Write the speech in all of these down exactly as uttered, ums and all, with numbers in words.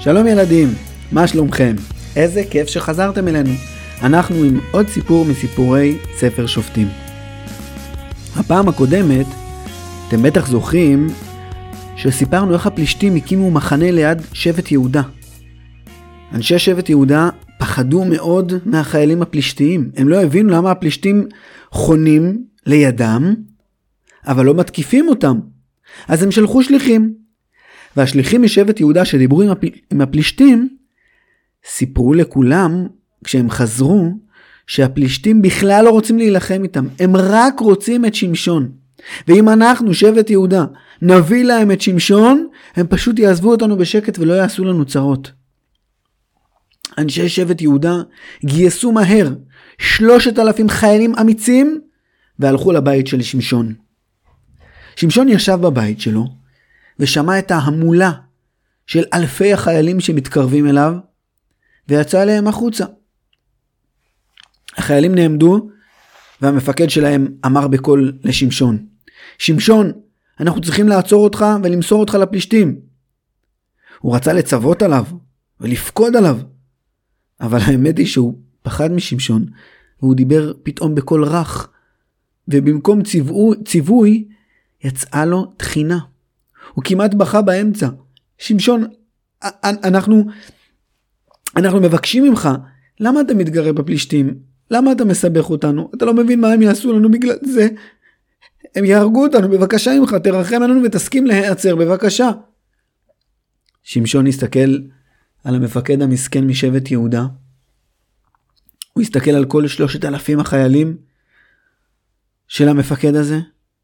שלום ילדים, מה שלומכם? איזה כיף שחזרתם אלינו. אנחנו עם עוד סיפור מסיפורי ספר שופטים. הפעם הקודמת, אתם בטח זוכרים, שסיפרנו איך הפלישתים הקימו מחנה ליד שבט יהודה. אנשי שבט יהודה פחדו מאוד מהחיילים הפלישתיים. הם לא הבינו למה הפלישתים חונים לידם, אבל לא מתקיפים אותם. אז הם שלחו שליחים. והשליחים משבט יהודה שדיברו עם, הפל... עם הפלישתים, סיפרו לכולם, כשהם חזרו, שהפלישתים בכלל לא רוצים להילחם איתם. הם רק רוצים את שמשון. ואם אנחנו, שבט יהודה, נביא להם את שמשון, הם פשוט יעזבו אותנו בשקט ולא יעשו לנו צרות. אנשי שבט יהודה גייסו מהר שלושת אלפים חיילים אמיצים, והלכו לבית של שמשון. שמשון ישב בבית שלו, ושמע את ההמולה של אלפי החיילים שמתקרבים אליו, ויצא אליהם החוצה. החיילים נעמדו, והמפקד שלהם אמר בקול לשמשון, שמשון, אנחנו צריכים לעצור אותך ולמסור אותך לפלישתים. הוא רצה לצוות עליו ולפקוד עליו, אבל האמת היא שהוא פחד משמשון, והוא דיבר פתאום בקול רך, ובמקום ציווי, ציווי יצאה לו תחינה. הוא כמעט בכה באמצע. שמשון, אנחנו, אנחנו מבקשים ממך, למה אתה מתגרה בפלישתים? למה אתה מסבך אותנו? אתה לא מבין מה הם יעשו לנו בגלל זה. הם יהרגו אותנו, בבקשה ממך, תרחם עלינו ותסכים להיעצר, בבקשה. שמשון הסתכל על המפקד המסכן משבט יהודה. הוא הסתכל על כל שלושת אלפים החיילים של המפקד הזה.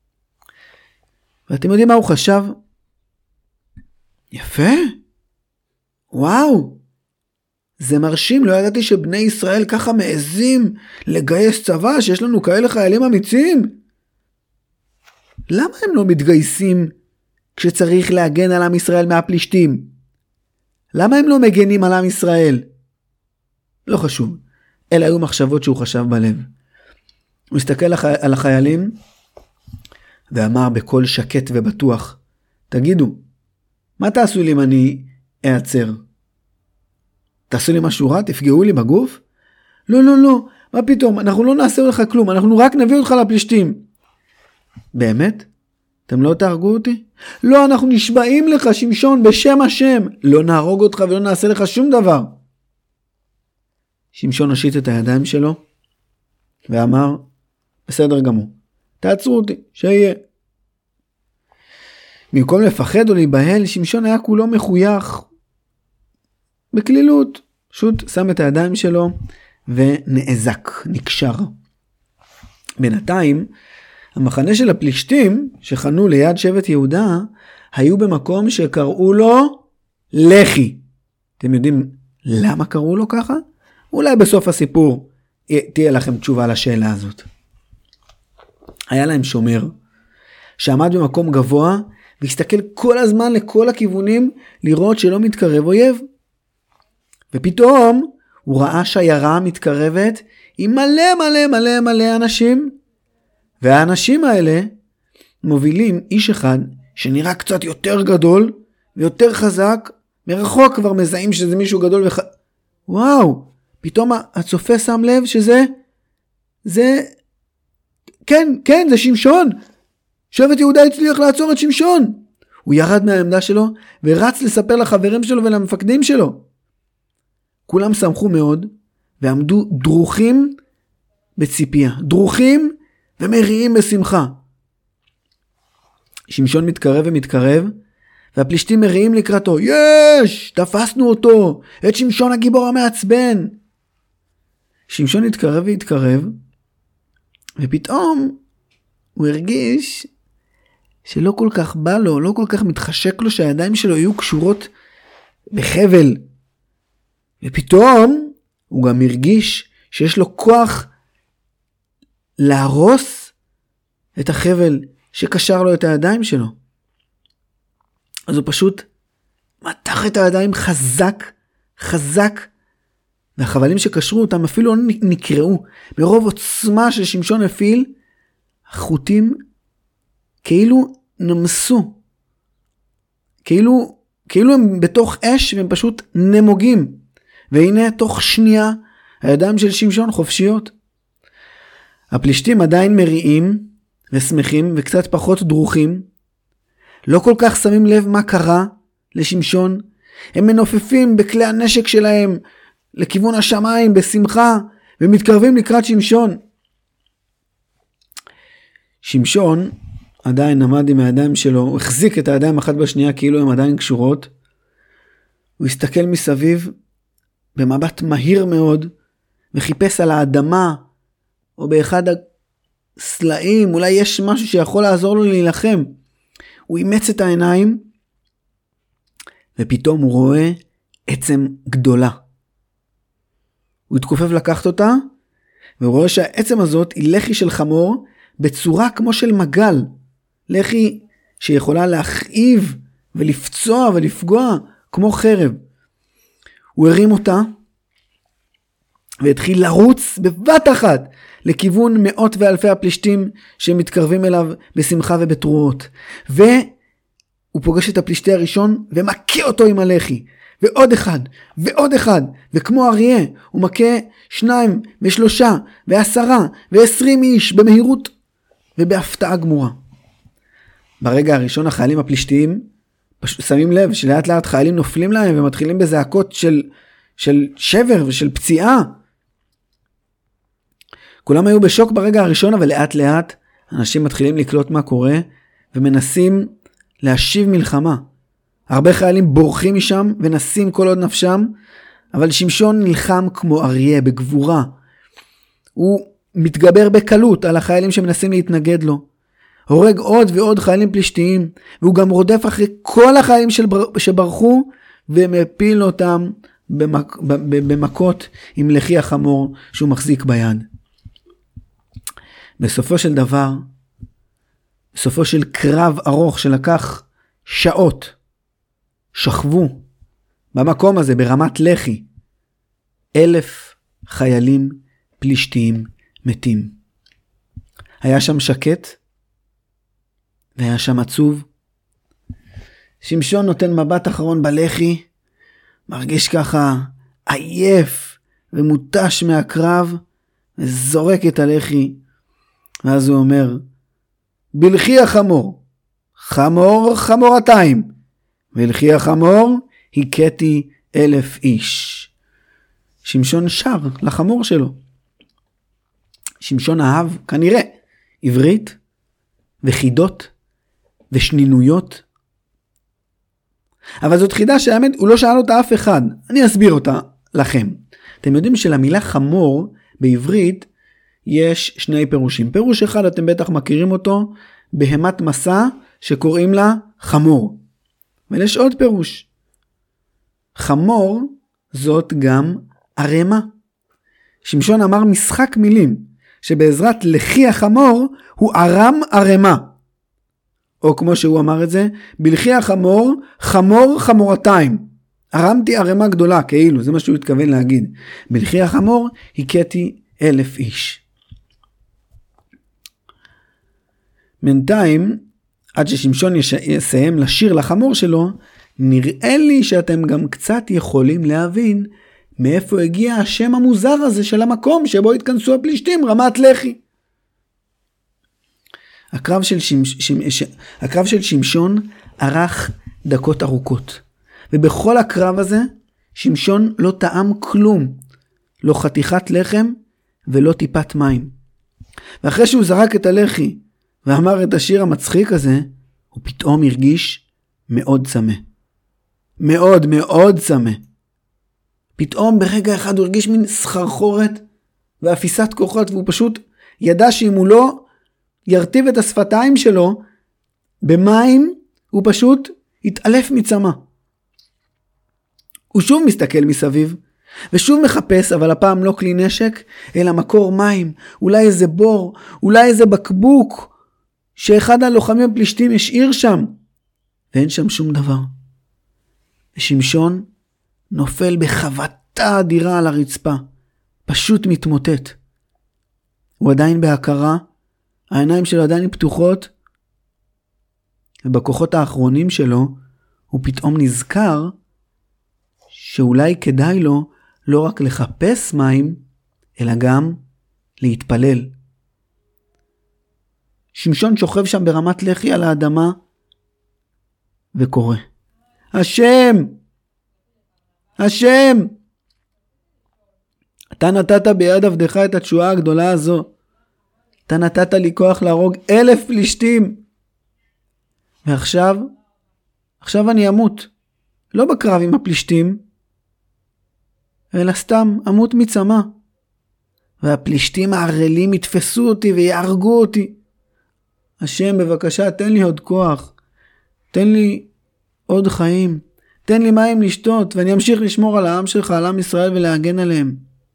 ואתם יודעים מה הוא חשב? יפה. וואו. זה מרשים, לא ידעתי שבני ישראל ככה מעזים לגייס צבא, שיש לנו כאלה חיילים אמיצים. למה הם לא מתגייסים כשצריך להגן על עם ישראל מהפלישתים? למה הם לא מגנים על עם ישראל? לא חשוב. אלה היו מחשבות שהוא חשב בלב. הוא הסתכל על החיילים ואמר בקול שקט ובטוח, תגידו, מה תעשו לי אם אני אעצר? תעשו לי משהו רע? תפגעו לי בגוף? לא, לא, לא. מה פתאום? אנחנו לא נעשה לך כלום. אנחנו רק נביא אותך לפלישתים. באמת? אתם לא תהרגו אותי? לא, אנחנו נשבעים לך, שמשון, בשם השם. לא נהרוג אותך ולא נעשה לך שום דבר. שמשון הושיט את הידיים שלו ואמר, בסדר גמור. תעצרו אותי, שיהיה. במקום לפחד או להיבהל, שמשון היה כולו מחוייך. בכלילות. פשוט שם את הידיים שלו ונעזק, נקשר. בינתיים, המחנה של הפלישתים שחנו ליד שבט יהודה, היו במקום שקראו לו לחי. אתם יודעים למה קראו לו ככה? אולי בסוף הסיפור תהיה לכם תשובה לשאלה הזאת. היה להם שומר, שעמד במקום גבוה, והסתכל כל הזמן לכל הכיוונים, לראות שלא מתקרב אויב. ופתאום הוא ראה שיירה מתקרבת, עם מלא מלא מלא מלא אנשים, והאנשים האלה מובילים איש אחד, שנראה קצת יותר גדול, ויותר חזק, מרחוק כבר מזהים שזה מישהו גדול, וח... וואו, פתאום הצופה שם לב שזה, זה... כן, כן, זה שמשון. שבט יהודה הצליח לעצור את שמשון. הוא ירד מהעמדה שלו ורץ לספר לחברים שלו ולמפקדים שלו. כולם שמחו מאוד ועמדו דרוכים בציפייה. דרוכים ומריעים בשמחה. שמשון מתקרב ומתקרב והפלישתים מריעים לקראתו. יש! תפסנו אותו! את שמשון הגיבור המעצבן! שמשון התקרב והתקרב ופתאום הוא הרגיש שלא כל כך בא לו, לא כל כך מתחשק לו שהידיים שלו יהיו קשורות בחבל. ופתאום הוא גם הרגיש שיש לו כוח להרוס את החבל שקשר לו את הידיים שלו. אז הוא פשוט מתח את הידיים חזק, חזק, והחבלים שקשרו אותם אפילו לא נקראו. ברוב עוצמה של שמשון הפעיל, החוטים כאילו נמסו. כאילו, כאילו הם בתוך אש והם פשוט נמוגים. והנה תוך שנייה הידיים של שמשון חופשיות. הפלישתים עדיין מריעים ושמחים וקצת פחות דרוכים. לא כל כך שמים לב מה קרה לשמשון. הם מנופפים בכלי הנשק שלהם לכיוון השמיים בשמחה ומתקרבים לקראת שמשון. שמשון עדיין עמד עם הידיים שלו, הוא החזיק את הידיים אחת בשנייה כאילו הן עדיין קשורות. הוא הסתכל מסביב במבט מהיר מאוד וחיפש על האדמה או באחד הסלעים, אולי יש משהו שיכול לעזור לו להילחם. הוא אימץ את העיניים ופתאום הוא רואה עצם גדולה. הוא התכופף לקחת אותה והוא רואה שהעצם הזאת היא לחי של חמור בצורה כמו של מגל. לחי שיכולה להכאיב ולפצוע ולפגוע כמו חרב. הוא הרים אותה והתחיל לרוץ בבת אחת לכיוון מאות ואלפי הפלישתים שמתקרבים אליו בשמחה ובתרועות. והוא פוגש את הפלישתי הראשון ומכה אותו עם הלחי. ועוד אחד, ועוד אחד, וכמו אריה, הוא מכה שניים ושלושה ועשרה ועשרים איש במהירות ובהפתעה גמורה. ברגע הראשון החיילים הפלישתיים שמים לב שלאט לאט חיילים נופלים להם ומתחילים בזעקות של, של שבר ושל פציעה. כולם היו בשוק ברגע הראשון, אבל לאט לאט אנשים מתחילים לקלוט מה קורה ומנסים להשיב מלחמה. הרבה חיילים בורחים משם ונסים כל עוד נפשם, אבל שמשון נלחם כמו אריה בגבורה. הוא מתגבר בקלות על החיילים שמנסים להתנגד לו. הורג עוד ועוד חיילים פלישתיים, והוא גם רודף אחרי כל החיילים שברחו ומפיל אותם במק... במכות עם לחי החמור שהוא מחזיק ביד. בסופו של דבר, בסופו של קרב ארוך שלקח שעות, שכבו במקום הזה ברמת לחי אלף חיילים פלישתיים מתים. היה שם שקט והיה שם עצוב. שמשון נותן מבט אחרון בלחי, מרגיש ככה עייף ומוטש מהקרב וזורק את הלחי, ואז הוא אומר, בלחי החמור, חמור חמורתיים, ולחי החמור הכיתי אלף איש. שמשון שר לחמור שלו. שמשון אהב כנראה עברית וחידות ושנינויות. אבל זאת חידה שהאמת הוא לא שאל אותה אף אחד. אני אסביר אותה לכם. אתם יודעים שלמילה חמור בעברית יש שני פירושים. פירוש אחד אתם בטח מכירים אותו, בהמת מסע שקוראים לה חמור. אבל יש עוד פירוש. חמור זאת גם ערמה. שמשון אמר משחק מילים, שבעזרת לחי החמור הוא ערם ערמה. או כמו שהוא אמר את זה, בלחי החמור חמור חמורתיים. ערמתי ערמה גדולה, כאילו, זה מה שהוא התכוון להגיד. בלחי החמור הכיתי אלף איש. בינתיים, עד ששמשון יסיים לשיר לחמור שלו, נראה לי שאתם גם קצת יכולים להבין מאיפה הגיע השם המוזר הזה של המקום שבו התכנסו הפלישתים, רמת לחי. הקרב של, שמש, שמש, הקרב של שמשון ארך דקות ארוכות. ובכל הקרב הזה, שמשון לא טעם כלום. לא חתיכת לחם ולא טיפת מים. ואחרי שהוא זרק את הלחי ואמר את השיר המצחיק הזה, הוא פתאום הרגיש מאוד צמא. מאוד מאוד צמא. פתאום ברגע אחד הוא הרגיש מין סחרחורת ואפיסת כוחות, והוא פשוט ידע שאם הוא לא ירטיב את השפתיים שלו במים, הוא פשוט יתעלף מצמא. הוא שוב מסתכל מסביב, ושוב מחפש, אבל הפעם לא כלי נשק, אלא מקור מים, אולי איזה בור, אולי איזה בקבוק, שאחד הלוחמים הפלישתים השאיר שם, ואין שם שום דבר. ושמשון נופל בחבטה אדירה על הרצפה, פשוט מתמוטט. הוא עדיין בהכרה, העיניים שלו עדיין פתוחות, ובכוחות האחרונים שלו, הוא פתאום נזכר שאולי כדאי לו לא רק לחפש מים, אלא גם להתפלל. שמשון שוכב שם ברמת לחי על האדמה וקורא, השם! השם! אתה נתת ביד עבדך את התשועה הגדולה הזו. אתה נתת לי כוח להרוג אלף פלישתים. ועכשיו, עכשיו אני אמות. לא בקרב עם הפלישתים, אלא סתם אמות מצמא. והפלישתים הערלים יתפסו אותי ויהרגו אותי. השם, בבקשה, תן לי עוד כוח. תן לי עוד חיים. תן לי מים לשתות, ואני אמשיך לשמור על העם שלך, על עם ישראל, ולהגן עליהם.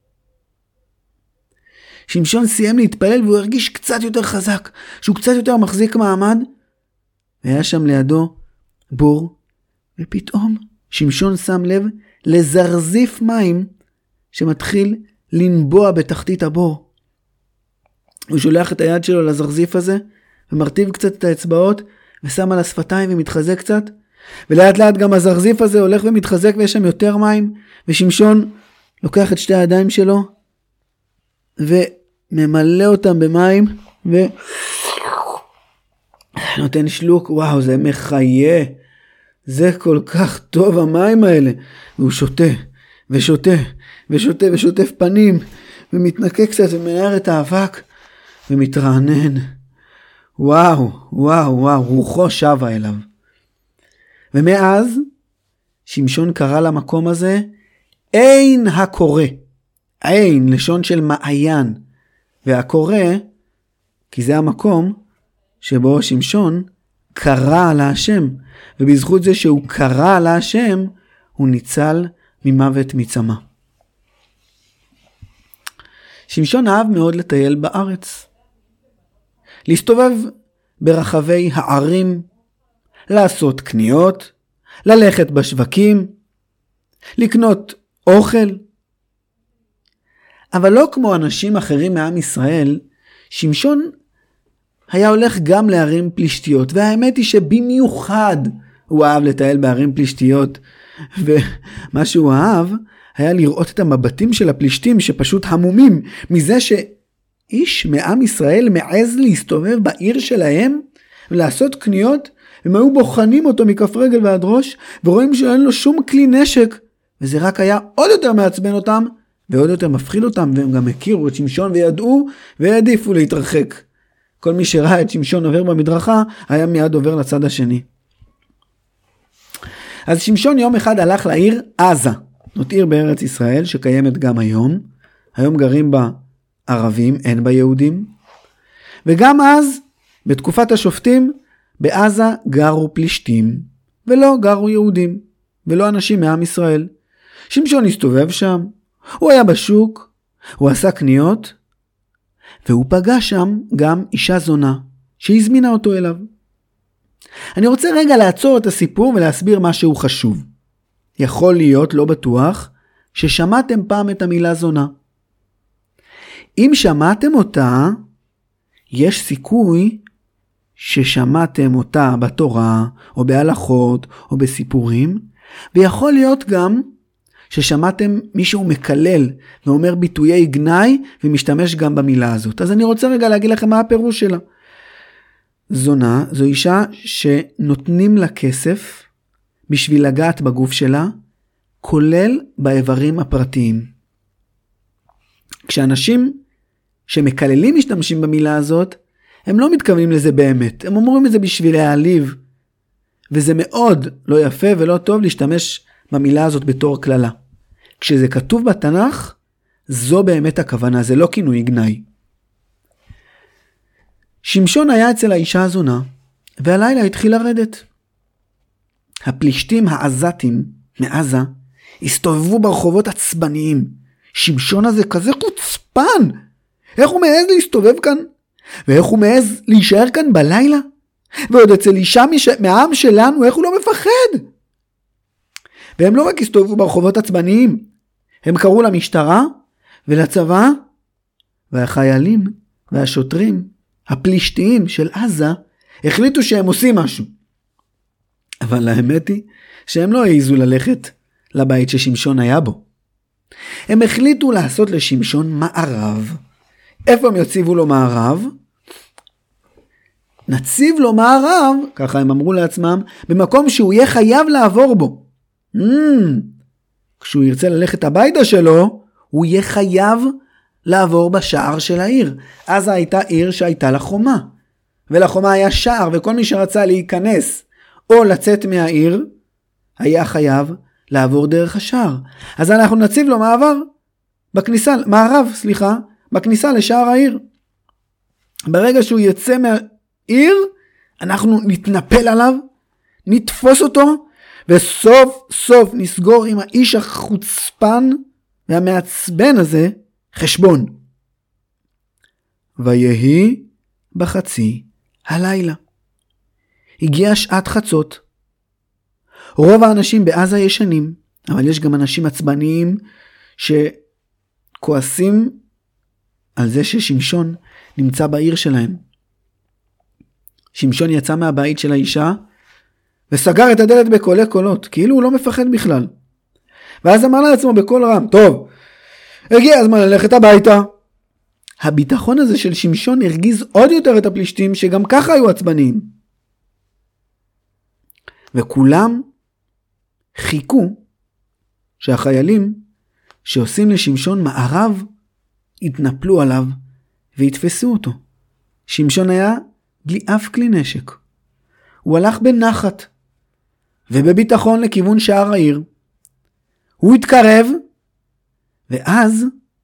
שמשון סיים להתפלל, והוא הרגיש קצת יותר חזק, שהוא קצת יותר מחזיק מעמד, והיה שם לידו בור, ופתאום שמשון שם לב לזרזיף מים, שמתחיל לנבוע בתחתית הבור. הוא שולח את היד שלו לזרזיף הזה, ומרטיב קצת את האצבעות, ושם על השפתיים ומתחזק קצת, ולאט לאט גם הזרזיף הזה הולך ומתחזק, ויש שם יותר מים, ושמשון לוקח את שתי הידיים שלו, וממלא אותם במים, ונותן שלוק. וואו, זה מחיה, זה כל כך טוב המים האלה. והוא שותה, ושותה, ושותה, ושוטף פנים, ומתנקה קצת, ומנער את האבק, ומתרענן. וואו, וואו, וואו, רוחו שבה אליו. ומאז, שמשון קרא למקום הזה, אין הקורא. אין, לשון של מעיין. והקורא, כי זה המקום שבו שמשון קרא על השם. ובזכות זה שהוא קרא על השם, הוא ניצל ממוות מצמא. שמשון אהב מאוד לטייל בארץ. להסתובב ברחבי הערים, לעשות קניות, ללכת בשווקים, לקנות אוכל. אבל לא כמו אנשים אחרים מעם ישראל, שמשון היה הולך גם לערים פלישתיות, והאמת היא שבמיוחד הוא אהב לטייל בערים פלישתיות, ומה שהוא אהב היה לראות את המבטים של הפלישתים שפשוט המומים מזה שאיש מעם ישראל מעז להסתובב בעיר שלהם ולעשות קניות, הם היו בוחנים אותו מכף רגל ועד ראש, ורואים שאין לו שום כלי נשק, וזה רק היה עוד יותר מעצבן אותם, ועוד יותר מפחיד אותם, והם גם הכירו את שמשון וידעו, והעדיפו להתרחק. כל מי שראה את שמשון עובר במדרכה, היה מיד עובר לצד השני. אז שמשון יום אחד הלך לעיר עזה, זאת עיר בארץ ישראל שקיימת גם היום, היום גרים בה ערבים, אין בה יהודים, וגם אז, בתקופת השופטים, בעזה גרו פלישתים, ולא גרו יהודים, ולא אנשים מעם ישראל. שמשון הסתובב שם, הוא היה בשוק, הוא עשה קניות, והוא פגש שם גם אישה זונה, שהזמינה אותו אליו. אני רוצה רגע לעצור את הסיפור ולהסביר משהו חשוב. יכול להיות, לא בטוח, ששמעתם פעם את המילה זונה. אם שמעתם אותה, יש סיכוי ששמעתם אותה בתורה, או בהלכות, או בסיפורים, ויכול להיות גם ששמעתם מישהו מקלל, ואומר ביטויי גנאי, ומשתמש גם במילה הזאת. אז אני רוצה רגע להגיד לכם מה הפירוש שלה. זונה זו אישה שנותנים לה כסף, בשביל לגעת בגוף שלה, כולל באיברים הפרטיים. כשאנשים שמקללים משתמשים במילה הזאת, הם לא מתכוונים לזה באמת. הם אומרים את זה בשביל להעליב. וזה מאוד לא יפה ולא טוב להשתמש במילה הזאת בתור כללה. כשזה כתוב בתנ"ך, זו באמת הכוונה, זה לא כינוי גנאי. שמשון היה אצל האישה הזונה, והלילה התחיל לרדת. הפלישתים העזתים מעזה הסתובבו ברחובות עצבניים. שמשון הזה כזה חוצפן. איך הוא מעז להסתובב כאן? ואיך הוא מעז להישאר כאן בלילה? ועוד אצל אישה מש... מהעם שלנו, איך הוא לא מפחד? והם לא רק הסתובבו ברחובות עצבניים, הם קראו למשטרה ולצבא, והחיילים והשוטרים הפלישתיים של עזה החליטו שהם עושים משהו. אבל האמת היא שהם לא העיזו ללכת לבית ששמשון היה בו. הם החליטו לעשות לשמשון מערב. איפה הם יציבו לו מערב? נציב לו מערב, ככה הם אמרו לעצמם, במקום שהוא יהיה חייב לעבור בו. Mm, כשהוא ירצה ללכת הביתה שלו, הוא יהיה חייב לעבור בשער של העיר. אז הייתה עיר שהייתה לה חומה. ולחומה היה שער, וכל מי שרצה להיכנס או לצאת מהעיר, היה חייב לעבור דרך השער. אז אנחנו נציב לו מעבר, בכניסה, מערב, סליחה, בכניסה לשער העיר. ברגע שהוא יצא מהעיר, אנחנו נתנפל עליו, נתפוס אותו, וסוף סוף נסגור עם האיש החוצפן והמעצבן הזה חשבון. ויהי בחצי הלילה. הגיעה שעת חצות. רוב האנשים בעזה ישנים, אבל יש גם אנשים עצבניים שכועסים על זה ששמשון נמצא בעיר שלהם. שמשון יצא מהבית של האישה וסגר את הדלת בקולי קולות, כאילו הוא לא מפחד בכלל. ואז אמר לעצמו בקול רם, טוב, הגיע הזמן ללכת הביתה. הביטחון הזה של שמשון הרגיז עוד יותר את הפלישתים שגם ככה היו עצבניים. וכולם חיכו שהחיילים שעושים לשמשון מערב יתנפלו עליו ויתפסו אותו. שמשון היה בלי אף כלי נשק. הוא הלך בנחת ובביטחון לכיוון שער העיר. הוא התקרב, ואז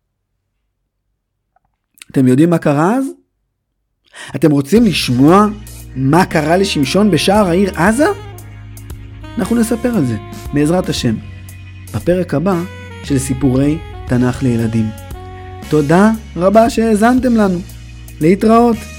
אתם יודעים מה קרה אז? אתם רוצים לשמוע מה קרה לשמשון בשער העיר עזה? אנחנו נספר על זה, בעזרת השם, בפרק הבא של סיפורי תנ"ך לילדים. תודה רבה שהאזנתם לנו. להתראות.